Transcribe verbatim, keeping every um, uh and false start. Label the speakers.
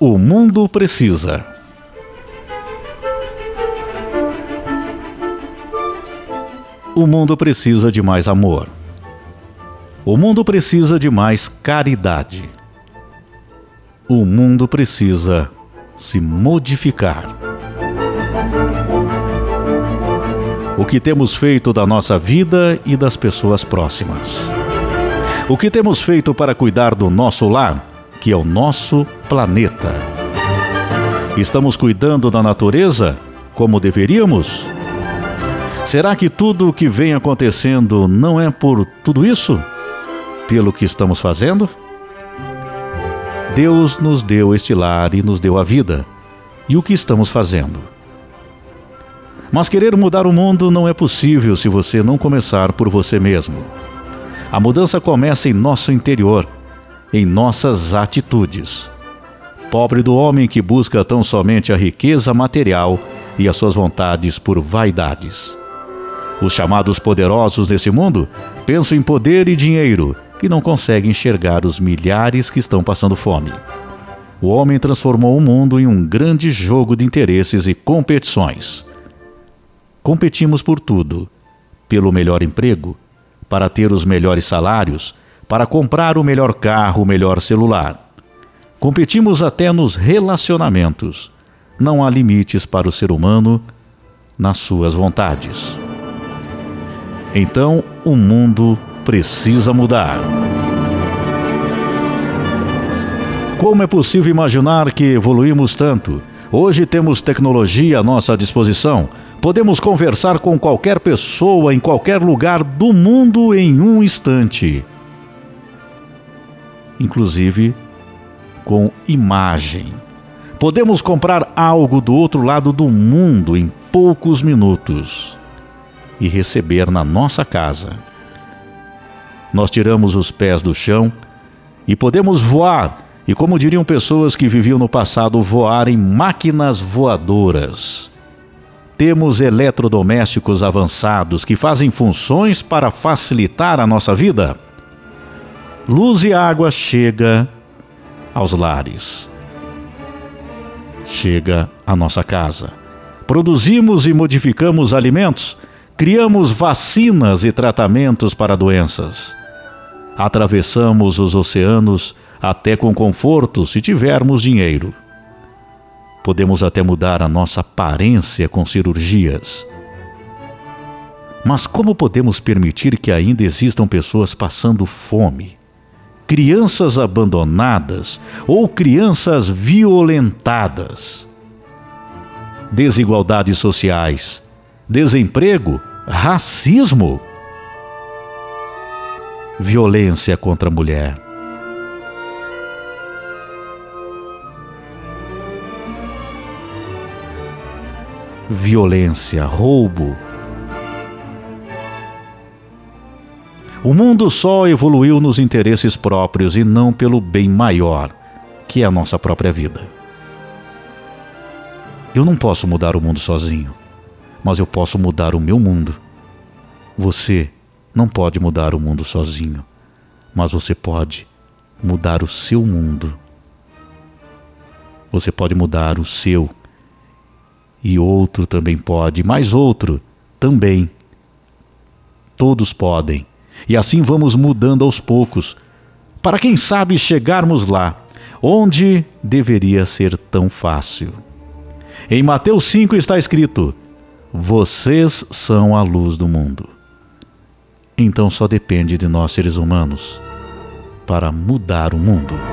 Speaker 1: O mundo precisa. O mundo precisa de mais amor. O mundo precisa de mais caridade. O mundo precisa se modificar. O que temos feito da nossa vida e das pessoas próximas? O que temos feito para cuidar do nosso lar, que é o nosso planeta? Estamos cuidando da natureza como deveríamos? Será que tudo o que vem acontecendo não é por tudo isso? Pelo que estamos fazendo? Deus nos deu este lar e nos deu a vida. E o que estamos fazendo? Mas querer mudar o mundo não é possível se você não começar por você mesmo. A mudança começa em nosso interior, em nossas atitudes. Pobre do homem que busca tão somente a riqueza material e as suas vontades por vaidades. Os chamados poderosos desse mundo pensam em poder e dinheiro e não conseguem enxergar os milhares que estão passando fome. O homem transformou o mundo em um grande jogo de interesses e competições. Competimos por tudo, pelo melhor emprego, para ter os melhores salários, para comprar o melhor carro, o melhor celular. Competimos até nos relacionamentos. Não há limites para o ser humano nas suas vontades. Então, o mundo precisa mudar. Como é possível imaginar que evoluímos tanto? Hoje temos tecnologia à nossa disposição. Podemos conversar com qualquer pessoa em qualquer lugar do mundo em um instante. Inclusive com imagem. Podemos comprar algo do outro lado do mundo em poucos minutos e receber na nossa casa. Nós tiramos os pés do chão e podemos voar, e como diriam pessoas que viviam no passado, voar em máquinas voadoras. Temos eletrodomésticos avançados que fazem funções para facilitar a nossa vida. Luz e água chega aos lares. Chega à nossa casa. Produzimos e modificamos alimentos. Criamos vacinas e tratamentos para doenças. Atravessamos os oceanos até com conforto se tivermos dinheiro. Podemos até mudar a nossa aparência com cirurgias. Mas como podemos permitir que ainda existam pessoas passando fome? Crianças abandonadas ou crianças violentadas? Desigualdades sociais, desemprego, racismo, violência contra a mulher. Violência, roubo. O mundo só evoluiu nos interesses próprios e não pelo bem maior, que é a nossa própria vida. Eu não posso mudar o mundo sozinho, mas eu posso mudar o meu mundo. Você não pode mudar o mundo sozinho, mas você pode mudar o seu mundo. Você pode mudar o seu. E outro também pode, mais outro também. Todos podem. E assim vamos mudando aos poucos, para quem sabe chegarmos lá, onde deveria ser tão fácil. Em Mateus cinco está escrito: vocês são a luz do mundo. Então só depende de nós seres humanos para mudar o mundo.